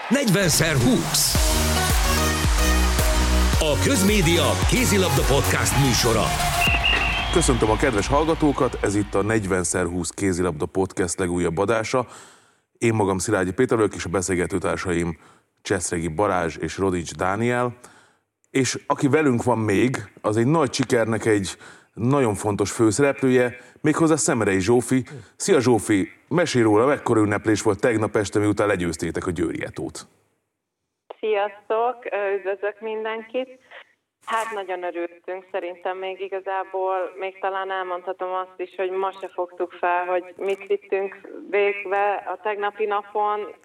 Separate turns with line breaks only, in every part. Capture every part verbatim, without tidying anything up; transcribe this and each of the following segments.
negyvenszer húsz. A Közmédia kézilabda podcast műsora.
Köszöntöm a kedves hallgatókat, ez itt a negyvenszer húsz kézilabda podcast legújabb adása. Én magam Szilágyi Péter vagyok, és a beszélgetőtársaim Cseszregi Balázs és Rodics Dániel. És aki velünk van még, az egy nagy sikernek egy nagyon fontos főszereplője, méghozzá Szemerei Zsófi. Szia Zsófi, mesélj róla, mekkora ünneplés volt tegnap este, miután legyőztétek a Győri Etót.
Sziasztok, üdvözlök mindenkit. Hát nagyon örültünk, szerintem még igazából, még talán elmondhatom azt is, hogy ma se fogtuk fel, hogy mit vittünk végbe a tegnapi napon.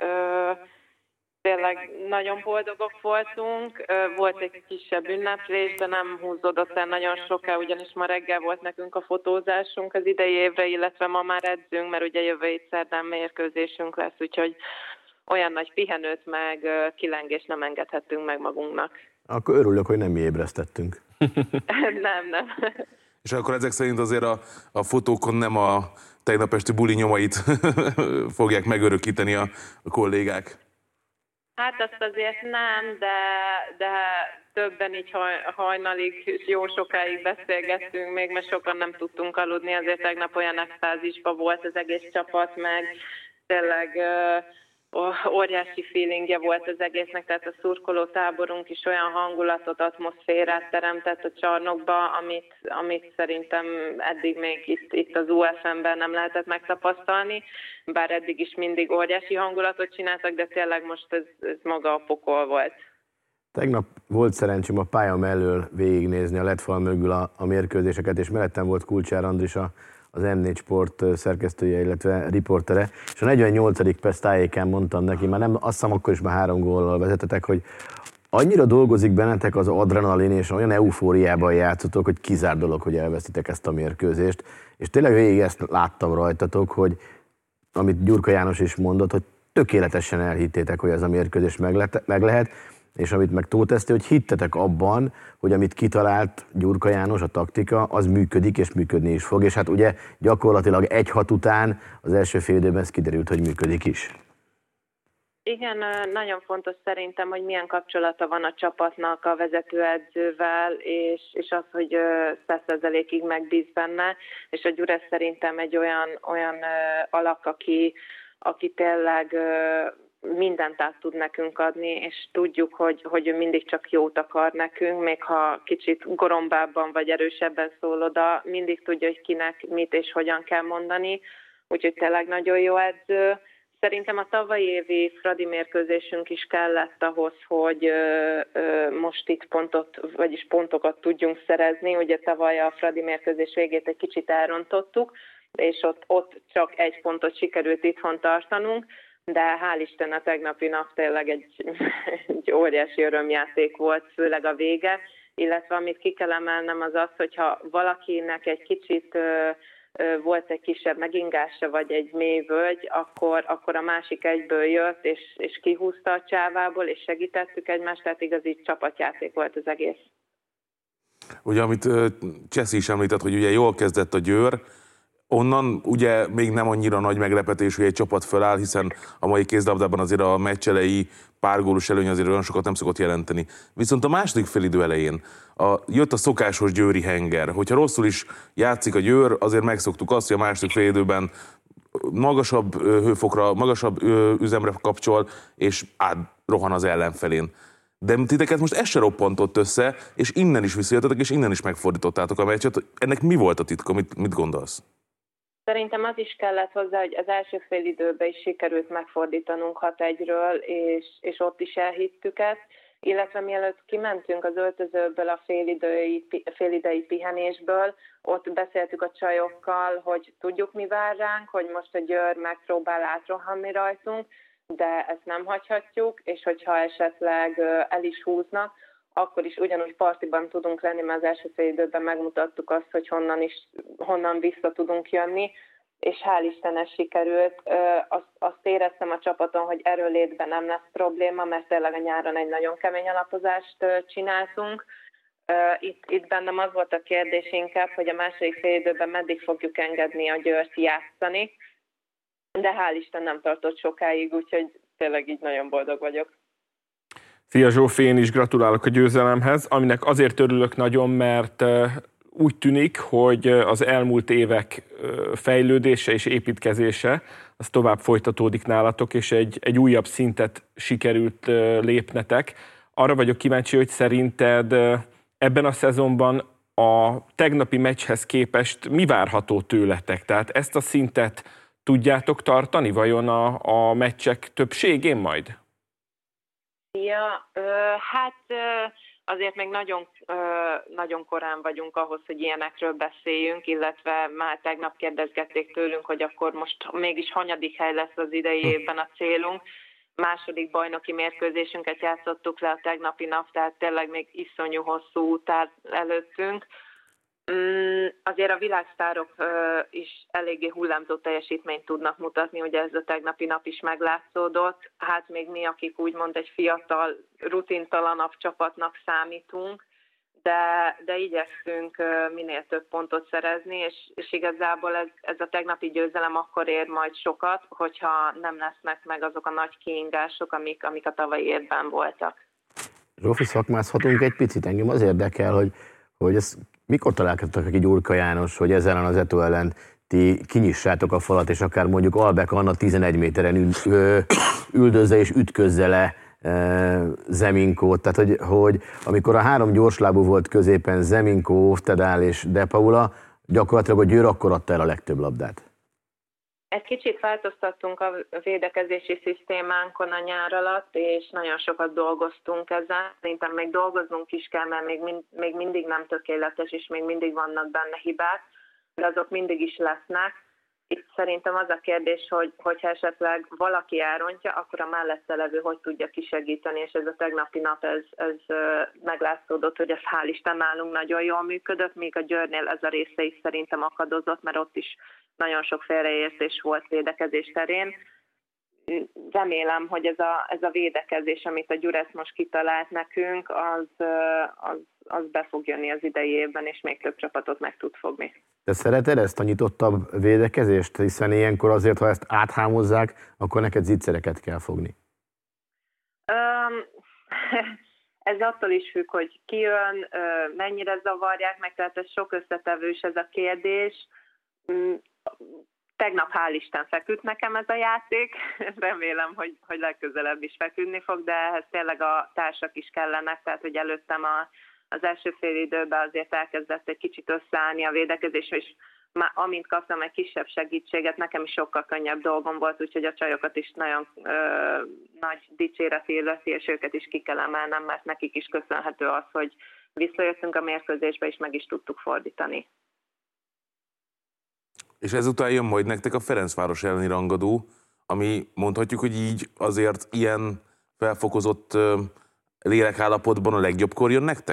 Tényleg nagyon boldogok voltunk, volt egy kisebb ünneplés, de nem húzódott el nagyon soká, ugyanis ma reggel volt nekünk a fotózásunk az idei évre, illetve ma már edzünk, mert ugye jövő hét szerdán mérkőzésünk lesz, úgyhogy olyan nagy pihenőt meg kilengést nem engedhettünk meg magunknak.
Akkor örülök, hogy nem mi ébresztettünk.
nem, nem.
És akkor ezek szerint azért a, a fotókon nem a tegnap esti buli nyomait fogják megörökíteni a, a kollégák?
Hát azt azért nem, de, de többen így haj, hajnalig jó sokáig beszélgettünk még, mert sokan nem tudtunk aludni, azért tegnap olyan extázisban volt az egész csapat, meg tényleg uh, óriási feelingje volt az egésznek, tehát a szurkoló táborunk is olyan hangulatot, atmoszférát teremtett a csarnokba, amit, amit szerintem eddig még itt, itt az u ef em-ben nem lehetett megtapasztalni, bár eddig is mindig óriási hangulatot csináltak, de tényleg most ez, ez maga a pokol volt.
Tegnap volt szerencsém a pálya mellől végignézni a ledfal mögül a, a mérkőzéseket, és mellettem volt Kulcsár Andris, az em négy Sport szerkesztője, illetve riportere, és a negyvennyolcadik perc tájékán mondtam neki, már nem, azt hiszem akkor is már három góllal vezetetek, hogy annyira dolgozik bennetek az adrenalin, és olyan eufóriában játszotok, hogy kizár dolog, hogy elvesztitek ezt a mérkőzést. És tényleg végig ezt láttam rajtatok, hogy amit Gyurka János is mondott, hogy tökéletesen elhittétek, hogy ez a mérkőzés meg, le- meg lehet, és amit meg Tóth Eszter, hogy hittetek abban, hogy amit kitalált Gyurka János, a taktika, az működik, és működni is fog. És hát ugye gyakorlatilag egy hat után az első fél időben ez kiderült, hogy működik is.
Igen, nagyon fontos szerintem, hogy milyen kapcsolata van a csapatnak a vezetőedzővel, és, és az, hogy száz százalékig megbíz benne, és a Gyuresz szerintem egy olyan, olyan alak, aki, aki tényleg mindent át tud nekünk adni, és tudjuk, hogy, hogy ő mindig csak jót akar nekünk, még ha kicsit gorombábban vagy erősebben szól oda, mindig tudja, hogy kinek mit és hogyan kell mondani, úgyhogy tényleg nagyon jó edző. Szerintem a tavalyi évi Fradi mérkőzésünk is kellett ahhoz, hogy ö, ö, most itt pontot, vagyis pontokat tudjunk szerezni. Ugye tavaly a Fradi mérkőzés végét egy kicsit elrontottuk, és ott, ott csak egy pontot sikerült itthon tartanunk, de hál' Isten a tegnapi nap tényleg egy, egy óriási örömjáték volt, főleg a vége, illetve amit ki kell emelnem az az, hogyha valakinek egy kicsit ö, ö, volt egy kisebb megingása, vagy egy mély völgy, akkor, akkor a másik egyből jött, és, és kihúzta a csávából, és segítettük egymást, tehát igazi csapatjáték volt az egész.
Ugye, amit Cseszi is említett, hogy ugye jól kezdett a Győr, onnan ugye még nem annyira nagy meglepetés, hogy egy csapat föláll, hiszen a mai kézilabdában azért a meccs elejé pár gólus előny azért olyan sokat nem szokott jelenteni. Viszont a második félidő elején a, jött a szokásos győri henger. Hogyha rosszul is játszik a Győr, azért megszoktuk azt, hogy a második félidőben magasabb hőfokra, magasabb üzemre kapcsol, és átrohan az ellenfelén. De titeket most ez se roppantott össze, és innen is visszajöttetek, és innen is megfordítottátok a meccset. Ennek mi volt a titka? Mit, mit gondolsz?
Szerintem az is kellett hozzá, hogy az első fél időben is sikerült megfordítanunk hat egyről, és, és ott is elhittük ezt, illetve mielőtt kimentünk az öltözőből a félidei, félidei pihenésből, ott beszéltük a csajokkal, hogy tudjuk mi vár ránk, hogy most a Győr megpróbál átrohanni rajtunk, de ezt nem hagyhatjuk, és hogyha esetleg el is húznak, akkor is ugyanúgy partiban tudunk lenni, mert az első fél időben megmutattuk azt, hogy honnan, is, honnan vissza tudunk jönni, és hál' Istennek sikerült. Azt, azt éreztem a csapaton, hogy erőlétben nem lesz probléma, mert tényleg a nyáron egy nagyon kemény alapozást csináltunk. Itt, itt bennem az volt a kérdés inkább, hogy a második fél időben meddig fogjuk engedni a Győrt játszani, de hál' Isten nem tartott sokáig, úgyhogy tényleg így nagyon boldog vagyok.
Szia Zsófi, én is gratulálok a győzelemhez, aminek azért örülök nagyon, mert úgy tűnik, hogy az elmúlt évek fejlődése és építkezése az tovább folytatódik nálatok, és egy, egy újabb szintet sikerült lépnetek. Arra vagyok kíváncsi, hogy szerinted ebben a szezonban a tegnapi meccshez képest mi várható tőletek? Tehát ezt a szintet tudjátok tartani, vajon a, a meccsek többségén majd?
Ja, hát azért még nagyon, nagyon korán vagyunk ahhoz, hogy ilyenekről beszéljünk, illetve már tegnap kérdezgették tőlünk, hogy akkor most mégis hanyadik hely lesz az idei évben a célunk. Második bajnoki mérkőzésünket játszottuk le a tegnapi nap, tehát tényleg még iszonyú hosszú út áll előttünk. Azért a világsztárok is eléggé hullámzó teljesítményt tudnak mutatni, ugye ez a tegnapi nap is meglátszódott. Hát még mi, akik úgymond egy fiatal, rutintalanabb csapatnak számítunk, de, de igyekszünk minél több pontot szerezni, és, és igazából ez, ez a tegnapi győzelem akkor ér majd sokat, hogyha nem lesznek meg azok a nagy kiingások, amik, amik a tavalyi évben voltak.
Zsófi, szakmázhatunk egy picit? Engem az érdekel, hogy, hogy ez mikor találkoztak aki Gyurka János, hogy ezzel ellen az Eto ellen ti kinyissátok a falat, és akár mondjuk Albek Anna tizenegy méteren üldözze és ütközze le Zeminkót, tehát hogy, hogy amikor a három gyorslábú volt középen, Zeminkó, Oftedál és De Paula, gyakorlatilag a Győr akkor adta el a legtöbb labdát.
Egy kicsit változtattunk a védekezési szisztémánkon a nyár alatt, és nagyon sokat dolgoztunk ezen. Szerintem még dolgoznunk is kell, mert még, mind, még mindig nem tökéletes, és még mindig vannak benne hibák, de azok mindig is lesznek. Itt szerintem az a kérdés, hogy hogyha esetleg valaki elrontja, akkor a mellette levő hogy tudja kisegíteni, és ez a tegnapi nap ez, ez meglátszódott, hogy ez hál' Isten nálunk nagyon jól működött, míg a Győrnél ez a része is szerintem akadozott, mert ott is nagyon sok félreértés volt védekezés terén. Remélem, hogy ez a, ez a védekezés, amit a Gyuresz most kitalált nekünk, az, az, az be fog jönni az idei évben, és még több csapatot meg tud fogni.
Te szereted ezt a nyitottabb védekezést? Hiszen ilyenkor azért, ha ezt áthámozzák, akkor neked zicsereket kell fogni.
Um, ez attól is függ, hogy ki jön, mennyire zavarják meg, tehát ez sok összetevős ez a kérdés. Tegnap hál' Isten feküdt nekem ez a játék, remélem, hogy, hogy legközelebb is feküdni fog, de ehhez tényleg a társak is kellenek, tehát hogy előttem a, az első fél időben azért elkezdett egy kicsit összeállni a védekezés, és már amint kaptam egy kisebb segítséget, nekem is sokkal könnyebb dolgom volt, úgyhogy a csajokat is nagyon ö, nagy dicséret illeti, és őket is ki kell emelnem, mert nekik is köszönhető az, hogy visszajöttünk a mérkőzésbe, és meg is tudtuk fordítani.
És ezután jön majd nektek a Ferencváros elleni rangadó, ami mondhatjuk, hogy így azért ilyen felfokozott lélekállapotban a legjobbkor jön nektek?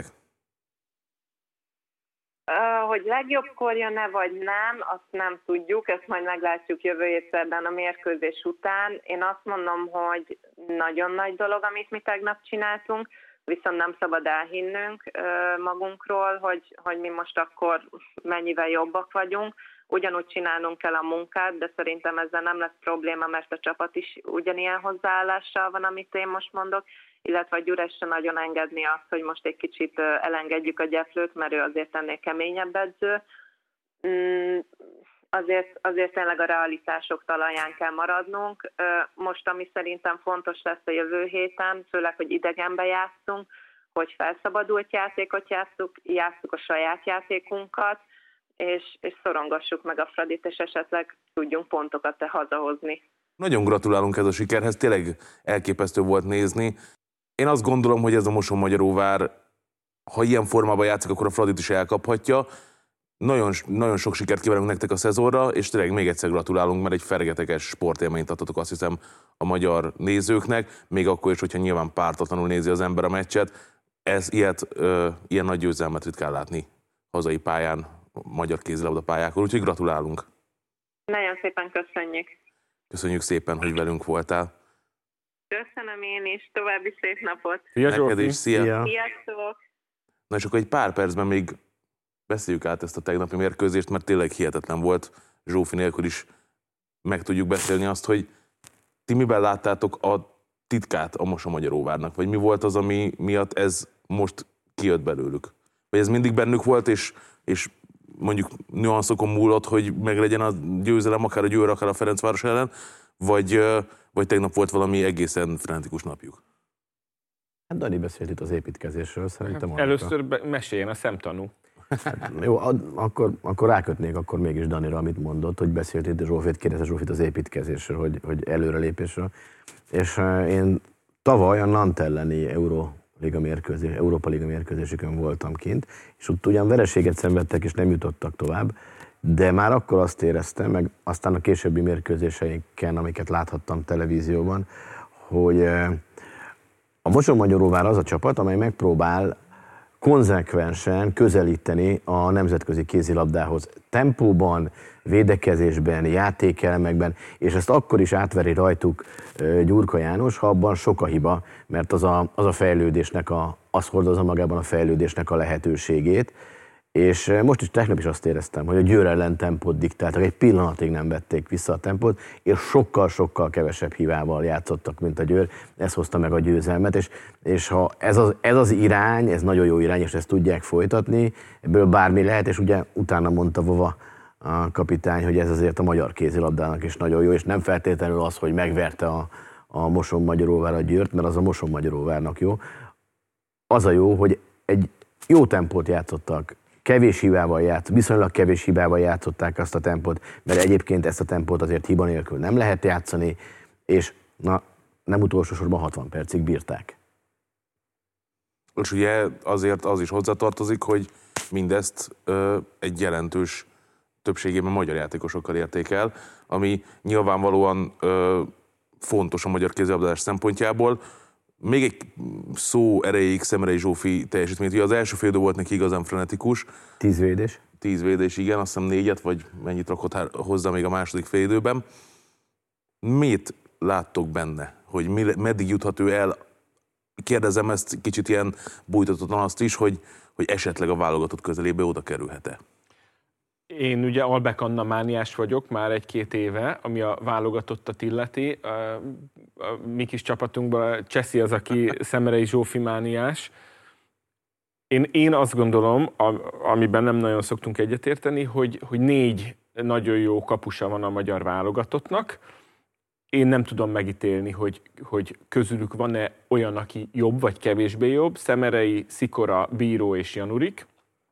Hogy legjobbkor jön-e vagy nem, azt nem tudjuk, ezt majd meglátjuk jövő hétben a mérkőzés után. Én azt mondom, hogy nagyon nagy dolog, amit mi tegnap csináltunk, viszont nem szabad elhinnünk magunkról, hogy, hogy mi most akkor mennyivel jobbak vagyunk. Ugyanúgy csinálnunk kell a munkát, de szerintem ezzel nem lesz probléma, mert a csapat is ugyanilyen hozzáállással van, amit én most mondok, illetve a Gyuresz se nagyon engedni azt, hogy most egy kicsit elengedjük a Gyeflőt, mert ő azért ennél keményebb edző. Azért, azért tényleg a realitások talaján kell maradnunk. Most, ami szerintem fontos lesz a jövő héten, főleg, hogy idegenbe játszunk, hogy felszabadult játékot játszunk, játszunk a saját játékunkat, és, és szorongassuk meg a Fradit, és esetleg tudjunk pontokat hazahozni.
Nagyon gratulálunk ez a sikerhez, tényleg elképesztő volt nézni. Én azt gondolom, hogy ez a Mosonmagyaróvár, ha ilyen formában játszik, akkor a Fradit is elkaphatja. Nagyon, nagyon sok sikert kívánunk nektek a szezonra, és tényleg még egyszer gratulálunk, mert egy fergeteges sportélményt adtatok, azt hiszem, a magyar nézőknek, még akkor is, hogyha nyilván pártatlanul nézi az ember a meccset. Ez ilyet, ö, ilyen nagy győzelmet ritkán látni hazai pályán, magyar kézilabda pályákon, úgyhogy gratulálunk.
Nagyon szépen köszönjük.
Köszönjük szépen, hogy velünk voltál.
Köszönöm én is, további szép napot.
Szia,
Neked is, szia.
Szia.
Sziasztok.
Na és akkor egy pár percben még beszéljük át ezt a tegnapi mérkőzést, mert tényleg hihetetlen volt, Zsófi nélkül is meg tudjuk beszélni azt, hogy ti miben láttátok a titkát a Mosonmagyaróvárnak? Vagy mi volt az, ami miatt ez most kijött belőlük? Vagy ez mindig bennük volt, és, és mondjuk nüanszokon múlott, hogy meglegyen a győzelem, akár a Győr, akár a Ferencváros ellen, vagy, vagy tegnap volt valami egészen frenetikus napjuk?
Hát Dani beszélt itt az építkezésről, szerintem.
Hát először be, meséljen a szemtanú.
Hát, jó, akkor, akkor rákötnék akkor mégis Danira, amit mondott, hogy beszélt itt Zsófit, kérdezte Zsófit az építkezésről, hogy, hogy előrelépésről. És uh, én tavaly a Nantes elleni Euróliga mérkőzés, Európa Liga mérkőzésükön voltam kint, és ott ugyan vereséget szenvedtek, és nem jutottak tovább, de már akkor azt éreztem, meg aztán a későbbi mérkőzéseiken, amiket láthattam televízióban, hogy uh, a Mosonmagyaróvár az a csapat, amely megpróbál konzekvensen közelíteni a nemzetközi kézilabdához tempóban, védekezésben, játékelemekben, és ezt akkor is átveri rajtuk Gyurka János, ha abban sok a hiba, mert az a, az a fejlődésnek, a, az hordozza magában a fejlődésnek a lehetőségét, és most is tegnap is azt éreztem, hogy a Győr ellen tempót diktáltak, egy pillanatig nem vették vissza a tempót, és sokkal-sokkal kevesebb hibával játszottak, mint a Győr, ez hozta meg a győzelmet, és, és ha ez az, ez az irány, ez nagyon jó irány, és ezt tudják folytatni, ebből bármi lehet, és ugye utána mondta Vova a kapitány, hogy ez azért a magyar kézilabdának is nagyon jó, és nem feltétlenül az, hogy megverte a, a Mosonmagyaróvár a Győrt, mert az a Mosonmagyaróvárnak jó. Az a jó, hogy egy jó tempót játszottak, kevés hibával játsz, viszonylag kevés hibával játszották azt a tempót, mert egyébként ezt a tempót azért hiba nélkül nem lehet játszani, és na, nem utolsó sorban hatvan percig bírták.
És ugye azért az is hozzátartozik, hogy mindezt ö, egy jelentős többségében magyar játékosokkal érték el, ami nyilvánvalóan ö, fontos a magyar kézilabdázás szempontjából. Még egy szó erejéig Szemerei Zsófi teljesítményt. Az első fél idő volt neki igazán frenetikus.
Tíz védés.
Tíz védés, igen, azt hiszem négyet, vagy mennyit rakott hozzá még a második fél időben. Mit láttok benne, hogy meddig juthat ő el? Kérdezem ezt kicsit ilyen bújtatottan azt is, hogy, hogy esetleg a válogatott közelébe oda kerülhet-e?
Én ugye Albek Anna mániás vagyok már egy-két éve, ami a válogatottat illeti. A, a mi kis csapatunkban Cseszi az, aki Szemerei Zsófi mániás. Én, én azt gondolom, amiben nem nagyon szoktunk egyetérteni, hogy, hogy négy nagyon jó kapusa van a magyar válogatottnak. Én nem tudom megítélni, hogy, hogy közülük van-e olyan, aki jobb vagy kevésbé jobb. Szemerei, Szikora, Bíró és Janurik.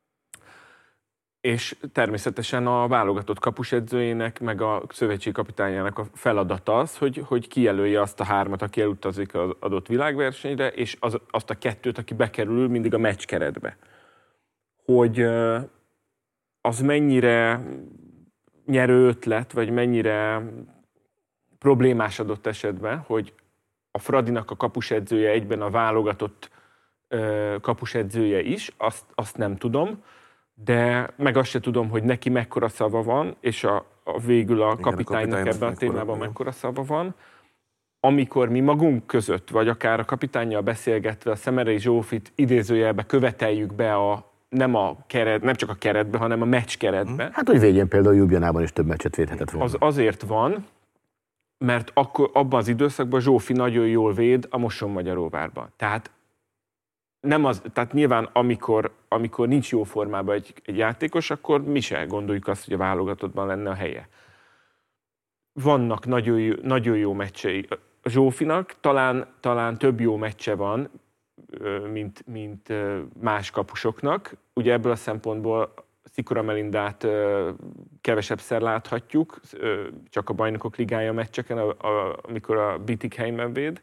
És természetesen a válogatott kapusedzőjének, meg a szövetségi kapitányának a feladata az, hogy, hogy kijelölje azt a hármat, aki elutazik az adott világversenyre, és az, azt a kettőt, aki bekerül mindig a meccskeretbe. Hogy az mennyire nyerő ötlet, vagy mennyire problémás adott esetben, hogy a Fradinak a kapusedzője egyben a válogatott kapusedzője is, azt, azt nem tudom, de meg azt se tudom, hogy neki mekkora szava van, és a, a végül a kapitánynak ebben a témában mekkora szava van. Amikor mi magunk között, vagy akár a kapitánnyal beszélgetve a Szemerei Zsófit idézőjelbe követeljük be a nem, a keret, nem csak a keretbe, hanem a meccs keretbe.
Hát, hogy védjen például Ljubljanában is több meccset védhetett volna.
Az azért van, mert akkor, abban az időszakban Zsófi nagyon jól véd a Mosonmagyaróvárban. Tehát nem az, tehát nyilván amikor, amikor nincs jó formában egy, egy játékos, akkor mi se gondoljuk azt, hogy a válogatottban lenne a helye. Vannak nagyon jó, nagyon jó meccsei. A Zsófinak talán, talán több jó meccse van, mint, mint más kapusoknak. Ugye ebből a szempontból Szikora Melindát kevesebbszer láthatjuk, csak a Bajnokok Ligája meccseken, amikor a Bietigheimben véd.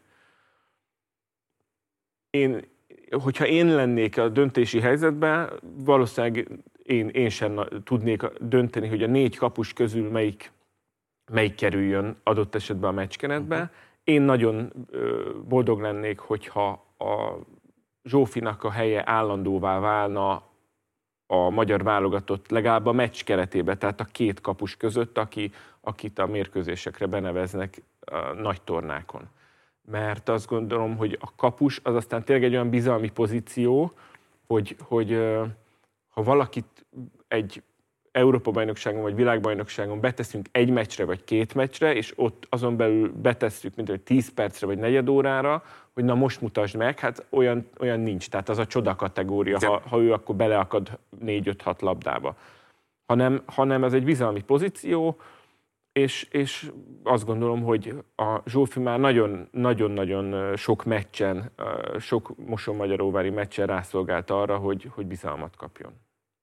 Én Hogyha én lennék a döntési helyzetben, valószínűleg én, én sem tudnék dönteni, hogy a négy kapus közül melyik, melyik kerüljön adott esetben a meccskeretbe. Én nagyon boldog lennék, hogyha a Zsófinak a helye állandóvá válna a magyar válogatott legalább a meccs keretében, tehát a két kapus között, aki, akit a mérkőzésekre beneveznek a nagy tornákon. Mert azt gondolom, hogy a kapus az aztán tényleg egy olyan bizalmi pozíció, hogy, hogy ha valakit egy, Európa-bajnokságon vagy világbajnokságon beteszünk egy meccsre vagy két meccsre, és ott azon belül betesszük, mint hogy tíz percre vagy negyed órára, hogy na most mutasd meg, hát olyan, olyan nincs. Tehát az a csoda kategória, ha, ha ő akkor beleakad négy-öt-hat labdába. Hanem, hanem ez egy bizalmi pozíció, és, és azt gondolom, hogy a Zsófi már nagyon-nagyon sok meccsen, sok Mosonmagyaróvári meccsen rászolgált arra, hogy, hogy bizalmat kapjon.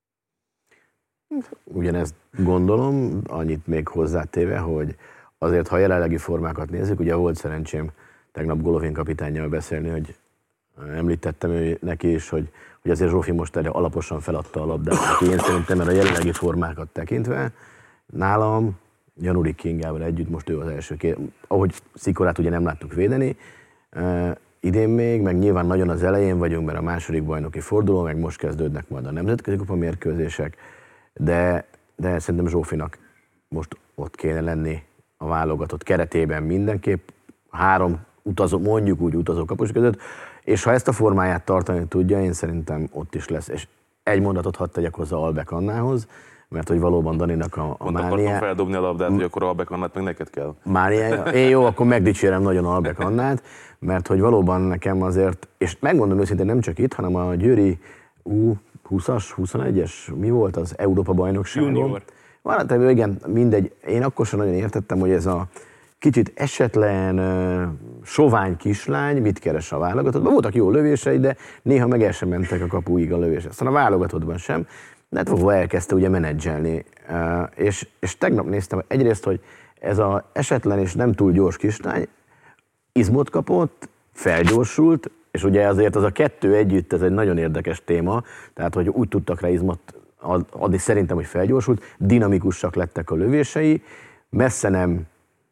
Ugyanezt gondolom, annyit még hozzátéve, hogy azért, ha a jelenlegi formákat nézzük, ugye volt szerencsém tegnap Golovin kapitánnyal beszélni, hogy említettem ő neki is, hogy, hogy azért Zsófi most erre alaposan feladta a labdát. Én szerintem, mert a jelenlegi formákat tekintve, nálam, Januri Kingával együtt, most ő az első két, ahogy Szikorát ugye nem láttuk védeni, uh, idén még, meg nyilván nagyon az elején vagyunk, mert a második bajnoki forduló, meg most kezdődnek majd a nemzetközi kupa mérkőzések, de, de szerintem Zsófinak most ott kéne lenni a válogatott keretében mindenképp, három utazó, mondjuk úgy utazó kapus között, és ha ezt a formáját tartani tudja, én szerintem ott is lesz. És egy mondatot hadd tegyek hozzá Albek Annához, mert hogy valóban Daninak a, a mánia...
akartam feldobni a labdát, hogy akkor Albek Annát meg neked kell.
Mániája. Én jó, akkor megdicsérem nagyon Albek Annát, mert hogy valóban nekem azért, és megmondom őszintén nem csak itt, hanem a győri U húszas, huszonegyes, mi volt az Európa bajnokságon?
Junior.
Van, igen, mindegy. Én akkor sem nagyon értettem, hogy ez a kicsit esetlen, sovány kislány mit keres a válogatottban. Voltak jó lövései, de néha meg el sem mentek a kapuig a lövés. Aztán a válogatottban sem. De hát fogva elkezdte ugye menedzselni. És, és tegnap néztem egyrészt, hogy ez az esetlen és nem túl gyors kislány izmot kapott, felgyorsult, és ugye azért az a kettő együtt, ez egy nagyon érdekes téma, tehát hogy úgy tudtak rá izmot adni szerintem, hogy felgyorsult, dinamikusak lettek a lövései, messze nem,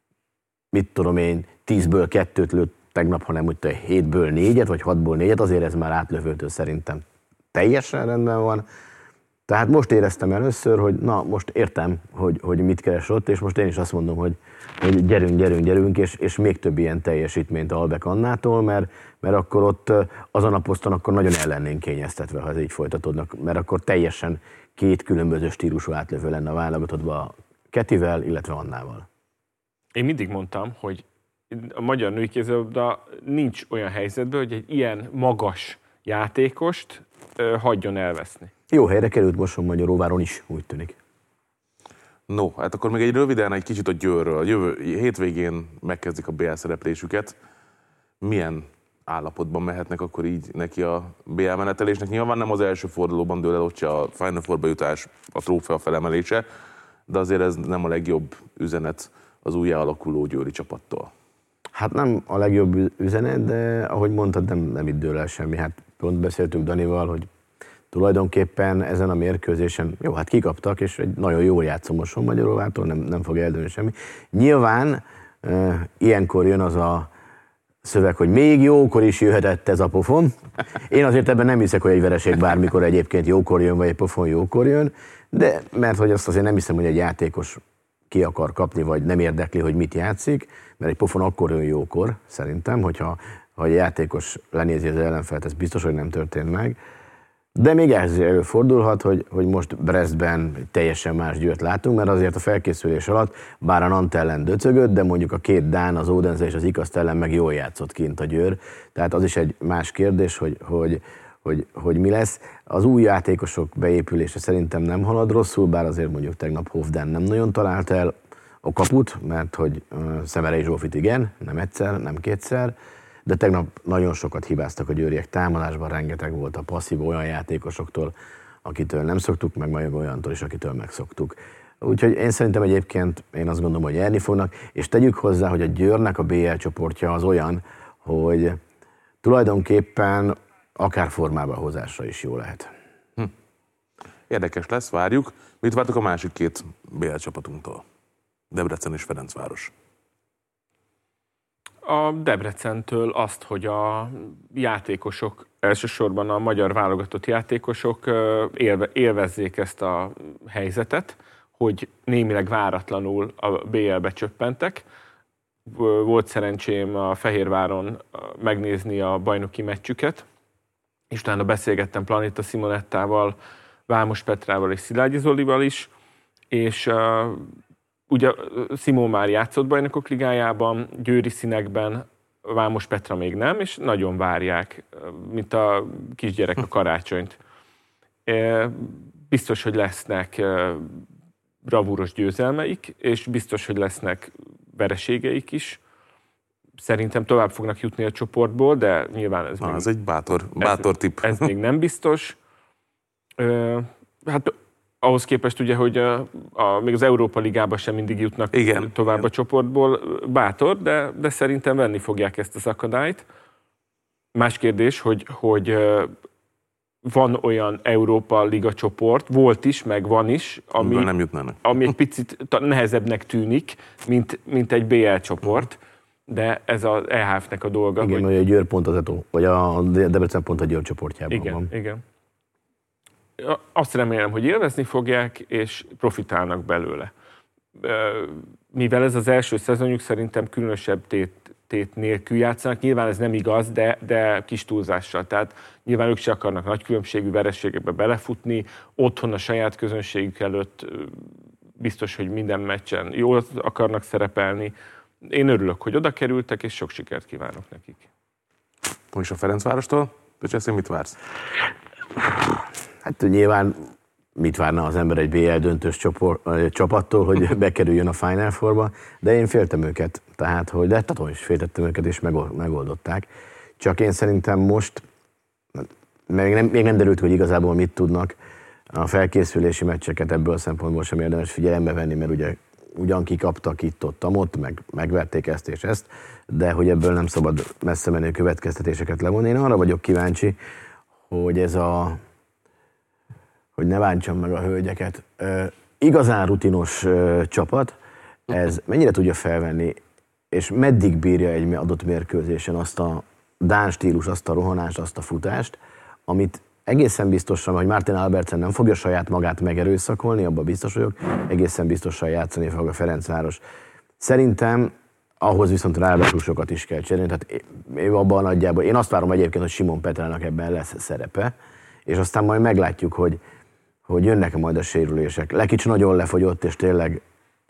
mit tudom én, tízből kettőt lőtt tegnap, hanem úgy hétből négyet, vagy hatból négyet, azért ez már átlövőtől szerintem teljesen rendben van. Tehát most éreztem először, hogy na, most értem, hogy, hogy mit keres ott, és most én is azt mondom, hogy, hogy gyerünk, gyerünk, gyerünk, és, és még több ilyen teljesítményt Albek Annától, mert, mert akkor ott azon a poszton akkor nagyon el lennénk kényeztetve, ha ez így folytatódnak, mert akkor teljesen két különböző stílusú átlövő lenne a válogatottban Ketivel, illetve Annával.
Én mindig mondtam, hogy a magyar női kézilabda nincs olyan helyzetben, hogy egy ilyen magas játékost ö, hagyjon elveszni.
Jó helyre került Mosonmagyaróváron is, úgy tűnik.
No, hát akkor még egy röviden egy kicsit a Győrről. Jövő hétvégén megkezdik a bé el szereplésüket. Milyen állapotban mehetnek akkor így neki a bé el menetelésnek? Nyilván nem az első fordulóban dől el ott se a Final Fourba jutás, a trófea felemelése, de azért ez nem a legjobb üzenet az újjá alakuló győri csapattól. Hát nem a legjobb üzenet, de ahogy mondtad, nem, nem itt dől el semmi. Hát pont beszéltünk Danival, hogy tulajdonképpen ezen a mérkőzésen, jó, hát kikaptak, és egy nagyon jól játszó Mosonmagyaróvártól, nem, nem fog eldőlni semmi. Nyilván e, ilyenkor jön az a szöveg, hogy még jókor is jöhetett ez a pofon. Én azért ebben nem hiszek, hogy egy vereség bármikor egyébként jókor jön, vagy egy pofon jókor jön, de mert hogy azt azért nem hiszem, hogy egy játékos ki akar kapni, vagy nem érdekli, hogy mit játszik, mert egy pofon akkor jön jókor, szerintem, hogyha ha egy játékos lenézi az ellenfelet, ez biztos, hogy nem történt meg. De még ehhez előfordulhat, hogy, hogy most Brestben teljesen más Győrt látunk, mert azért a felkészülés alatt, bár a Nantes ellen döcögött, de mondjuk a két dán, az Odense és az Ikaszt ellen meg jól játszott kint a Győr. Tehát az is egy más kérdés, hogy, hogy, hogy, hogy mi lesz. Az új játékosok beépülése szerintem nem halad rosszul, bár azért mondjuk tegnap Hofdán nem nagyon talált el a kaput, mert hogy uh, Szemerei Zsófit igen, nem egyszer, nem kétszer, de tegnap nagyon sokat hibáztak a győriek támadásban, rengeteg volt a passzív olyan játékosoktól, akitől nem szoktuk, meg majd olyantól is, akitől megszoktuk. Úgyhogy én szerintem egyébként, én azt gondolom, hogy nyerni fognak, és tegyük hozzá, hogy a Győrnek a bé el csoportja az olyan, hogy tulajdonképpen akár formába hozásra is jó lehet. Hm. Érdekes lesz, várjuk. Mit vártok a másik két bé el csapatunktól? Debrecen és Ferencváros.
A Debrecentől azt, hogy a játékosok, elsősorban a magyar válogatott játékosok élve, élvezzék ezt a helyzetet, hogy némileg váratlanul a bé el-be csöppentek. Volt szerencsém a Fehérváron megnézni a bajnoki meccsüket, és utána beszélgettem Planita Simonettával, Vámos Petrával és Szilágyi Zolival is, és uh, ugye Simó már játszott Bajnokok Ligájában, győri színekben, Vámos Petra még nem, és nagyon várják, mint a kisgyerek a karácsonyt. Biztos, hogy lesznek bravúros győzelmeik, és biztos, hogy lesznek vereségeik is. Szerintem tovább fognak jutni a csoportból, de nyilván ez,
Na,
még,
ez egy bátor, bátor
ez,
tipp.
ez még nem biztos. Hát ahhoz képest ugye, hogy a, a, még az Európa Ligában sem mindig jutnak Igen. tovább a csoportból, bátor, de, de szerintem venni fogják ezt az akadályt. Más kérdés, hogy, hogy van olyan Európa Liga csoport, volt is, meg van is, ami,
nem jutnának.
ami egy picit nehezebbnek tűnik, mint, mint egy bé el csoport, de ez az é há ef-nek a dolga.
Igen, hogy a Győr pont az Eto, vagy a Debrecen pont a Győr csoportjában
igen,
van.
Igen, azt remélem, hogy élvezni fogják, és profitálnak belőle. Mivel ez az első szezonjuk, szerintem különösebb tét, tét nélkül játszanak. Nyilván ez nem igaz, de, de kis túlzással. Tehát nyilván ők se akarnak nagy különbségű vereségekbe belefutni. Otthon a saját közönségük előtt biztos, hogy minden meccsen jól akarnak szerepelni. Én örülök, hogy oda kerültek, és sok sikert kívánok nekik.
És a Ferencvárostól? Cseszé, mit vársz?
Hát nyilván mit várna az ember egy bé el döntős csoport, csapattól, hogy bekerüljön a Final Fourba, de én féltem őket, tehát, hogy de tudom is féltettem őket, és megoldották. Csak én szerintem most, még nem, még nem derült, hogy igazából mit tudnak, a felkészülési meccseket ebből a szempontból sem érdemes figyelembe venni, mert ugye ugyan kikaptak itt-ott, meg megverték ezt és ezt, de hogy ebből nem szabad messze menő következtetéseket levonni. Én arra vagyok kíváncsi, hogy ez a hogy ne bántsam meg a hölgyeket, uh, igazán rutinos uh, csapat, ez mennyire tudja felvenni, és meddig bírja egy adott mérkőzésen azt a dán stílus, azt a rohanást, azt a futást, amit egészen biztosan, hogy Martin Albertsen nem fogja saját magát megerőszakolni, abban biztos vagyok, egészen biztosan játszani fog a Ferencváros. Szerintem ahhoz viszont ráadásul sokat is kell cserélni, tehát én abban nagyjából, én azt várom egyébként, hogy Simon Petrának ebben lesz szerepe, és aztán majd meglátjuk, hogy hogy jönnek-e majd a sérülések. Lekics nagyon lefogyott, és tényleg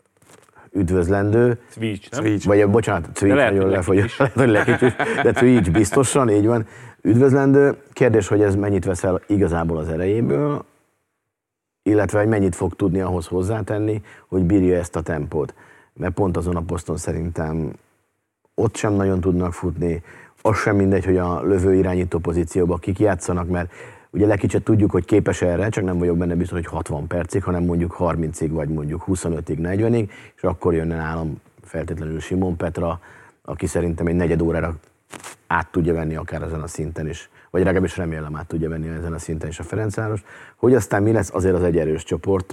üdvözlendő.
Cvics, nem?
Cvics. Vagy bocsánat, Cvics nagyon lefogyott. Lehet, hogy Lekics is, de Cvics biztosan, így van. Üdvözlendő. Kérdés, hogy ez mennyit veszel igazából az erejéből, illetve hogy mennyit fog tudni ahhoz hozzátenni, hogy bírja ezt a tempót. Mert pont azon a poszton szerintem ott sem nagyon tudnak futni, az sem mindegy, hogy a lövő irányító pozícióban kik játszanak, mert ugye Lekicset tudjuk, hogy képes erre, csak nem vagyok benne biztos, hogy hatvan percig, hanem mondjuk harmincig, vagy mondjuk huszonötig, negyvenig, és akkor jönne nálam feltétlenül Simon Petra, aki szerintem egy negyed órára át tudja venni akár ezen a szinten is, vagy legalábbis remélem át tudja venni ezen a szinten is a Ferencváros. Hogy aztán mi lesz, azért az egy erős csoport,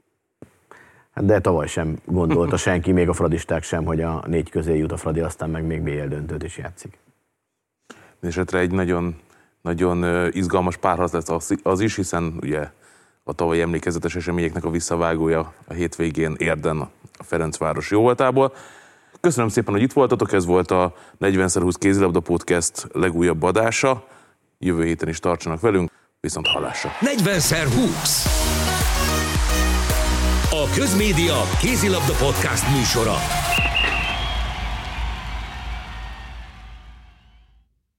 de tavaly sem gondolta senki, még a fradisták sem, hogy a négy közé jut a Fradi, aztán meg még bé el döntőt is játszik.
Esetre egy nagyon Nagyon izgalmas párharc lesz az, az is, hiszen ugye a tavalyi emlékezetes eseményeknek a visszavágója a hétvégén Érden a Ferencváros jóvoltából. Köszönöm szépen, hogy itt voltatok, ez volt a negyven húsz kézilabda podcast legújabb adása. Jövő héten is tartsanak velünk, viszont hallásra.
negyven húsz A Közmédia kézilabda podcast műsora.